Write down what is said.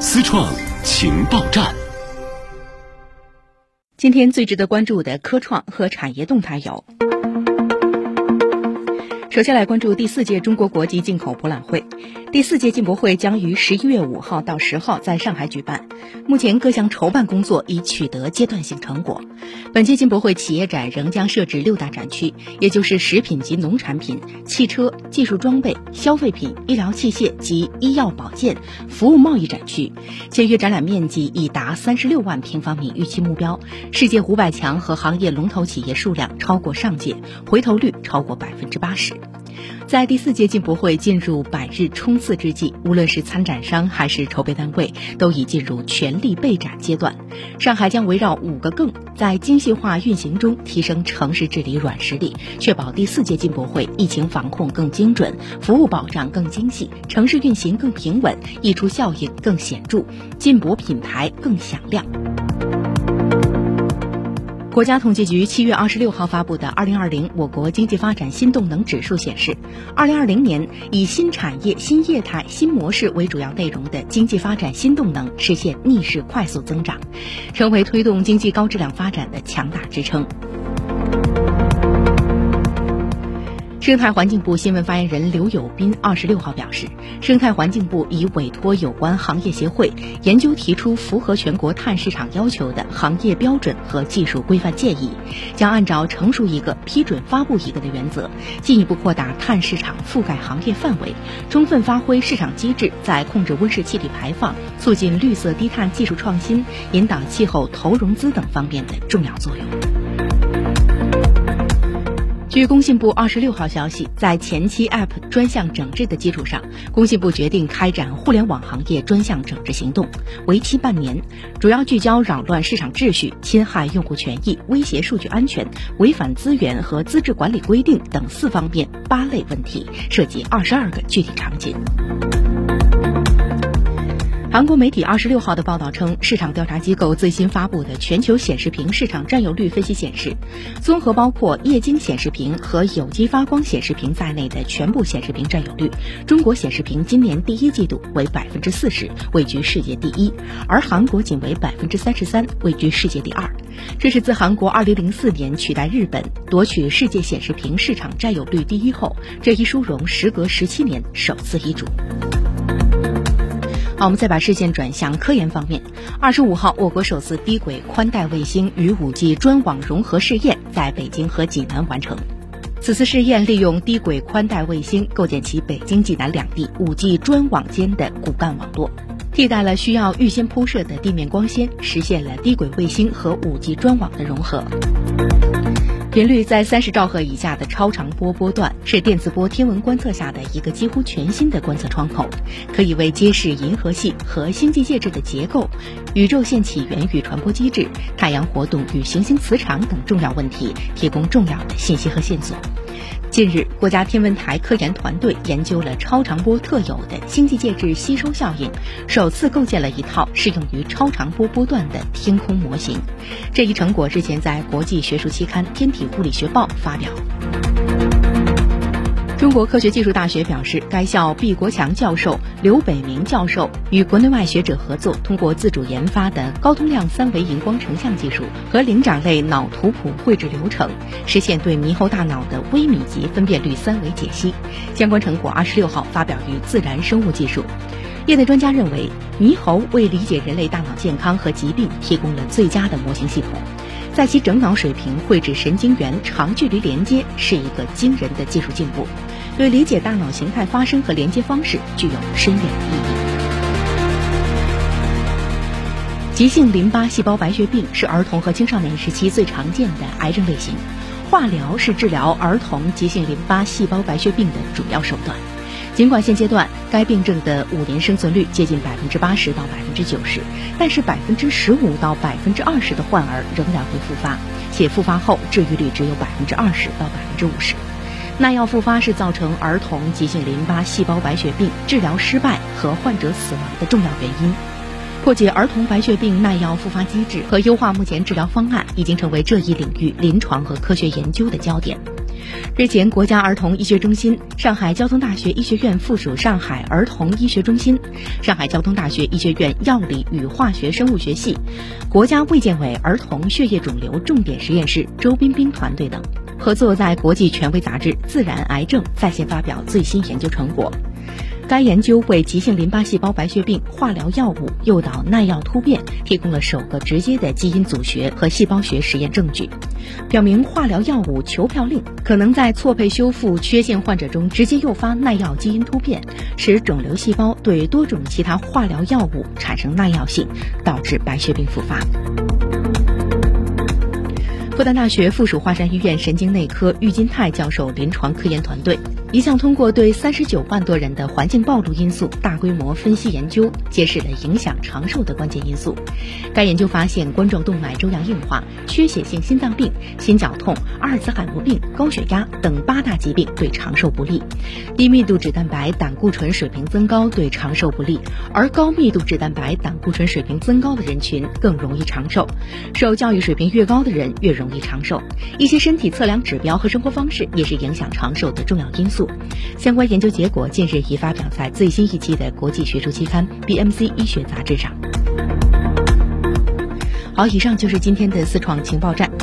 思创情报站。 今天最值得关注的科创和产业动态有：首先来关注第4届中国国际进口博览会。第4届进博会将于11月5号到10号在上海举办，目前各项筹办工作已取得阶段性成果。本届进博会企业展仍将设置6大展区，也就是食品及农产品、汽车、技术装备、消费品、医疗器械及医药保健、服务贸易展区，签约展览面积已达36万平方米预期目标，世界500强和行业龙头企业数量超过上届，回头率超过80%。在第4届进博会进入百日冲刺之际，无论是参展商还是筹备单位，都已进入全力备战阶段。上海将围绕5个更，在精细化运行中提升城市治理软实力，确保第4届进博会疫情防控更精准，服务保障更精细，城市运行更平稳，溢出效应更显著，进博品牌更响亮。国家统计局7月26号发布的2020我国经济发展新动能指数显示，2020年以新产业、新业态、新模式为主要内容的经济发展新动能实现逆势快速增长，成为推动经济高质量发展的强大支撑。生态环境部新闻发言人刘友斌26号表示，生态环境部已委托有关行业协会研究提出符合全国碳市场要求的行业标准和技术规范建议，将按照成熟一个批准发布一个的原则，进一步扩大碳市场覆盖行业范围，充分发挥市场机制在控制温室气体排放、促进绿色低碳技术创新、引导气候投融资等方面的重要作用。据工信部26号消息，在前期 App 专项整治的基础上，工信部决定开展互联网行业专项整治行动，为期半年，主要聚焦扰乱市场秩序、侵害用户权益、威胁数据安全、违反资源和资质管理规定等4方面8类问题，涉及22个具体场景。韩国媒体26号的报道称，市场调查机构最新发布的全球显示屏市场占有率分析显示，综合包括液晶显示屏和有机发光显示屏在内的全部显示屏占有率，中国显示屏今年第1季度为40%，位居世界第1，而韩国仅为33%，位居世界第2。这是自韩国2004年取代日本夺取世界显示屏市场占有率第1后，这一殊荣时隔17年首次易主。好，我们再把视线转向科研方面。25号，我国首次低轨宽带卫星与 5G 专网融合试验在北京和济南完成。此次试验利用低轨宽带卫星构建起北京、济南两地 5G 专网间的骨干网络，替代了需要预先铺设的地面光纤，实现了低轨卫星和 5G 专网的融合。频率在30兆赫以下的超长波波段是电磁波天文观测下的一个几乎全新的观测窗口，可以为揭示银河系和星际介质的结构、宇宙线起源与传播机制、太阳活动与行星磁场等重要问题提供重要的信息和线索。近日，国家天文台科研团队研究了超长波特有的星际介质吸收效应，首次构建了一套适用于超长波波段的天空模型。这一成果日前在国际学术期刊《天体物理学报》发表。中国科学技术大学表示，该校毕国强教授、刘北明教授与国内外学者合作，通过自主研发的高通量3维荧光成像技术和灵长类脑图谱绘制流程，实现对猕猴大脑的微米级分辨率3维解析。相关成果26号发表于《自然生物技术》。业内专家认为，猕猴为理解人类大脑健康和疾病提供了最佳的模型系统，在其整脑水平绘制神经元长距离连接是一个惊人的技术进步，对理解大脑形态发生和连接方式具有深远的意义。急性淋巴细胞白血病是儿童和青少年时期最常见的癌症类型，化疗是治疗儿童急性淋巴细胞白血病的主要手段。尽管现阶段该病症的5年生存率接近80%到90%，但是15%到20%的患儿仍然会复发，且复发后治愈率只有20%到50%。耐药复发是造成儿童急性淋巴细胞白血病治疗失败和患者死亡的重要原因。破解儿童白血病耐药复发机制和优化目前治疗方案已经成为这一领域临床和科学研究的焦点。 日前，国家儿童医学中心、上海交通大学医学院附属上海儿童医学中心、上海交通大学医学院药理与化学生物学系、国家卫健委儿童血液肿瘤重点实验室周彬彬团队等，合作在国际权威杂志《自然癌症》在线发表最新研究成果。该研究为急性淋巴细胞白血病化疗药物诱导耐药突变提供了首个直接的基因组学和细胞学实验证据，表明化疗药物球嘌呤可能在错配修复缺陷患者中直接诱发耐药基因突变，使肿瘤细胞对多种其他化疗药物产生耐药性，导致白血病复发。复旦大学附属华山医院神经内科郁金泰教授临床科研团队一项通过对39万多人的环境暴露因素大规模分析研究，揭示了影响长寿的关键因素。该研究发现，冠状动脉粥样硬化、缺血性心脏病、心绞痛、阿尔茨海默病、高血压等8大疾病对长寿不利，低密度脂蛋白胆固醇水平增高对长寿不利，而高密度脂蛋白胆固醇水平增高的人群更容易长寿，受教育水平越高的人越容易长寿。一些身体测量指标和生活方式也是影响长寿的重要因素。相关研究结果近日已发表在最新一期的国际学术期刊 BMC 医学杂志上。好，以上就是今天的4创情报站。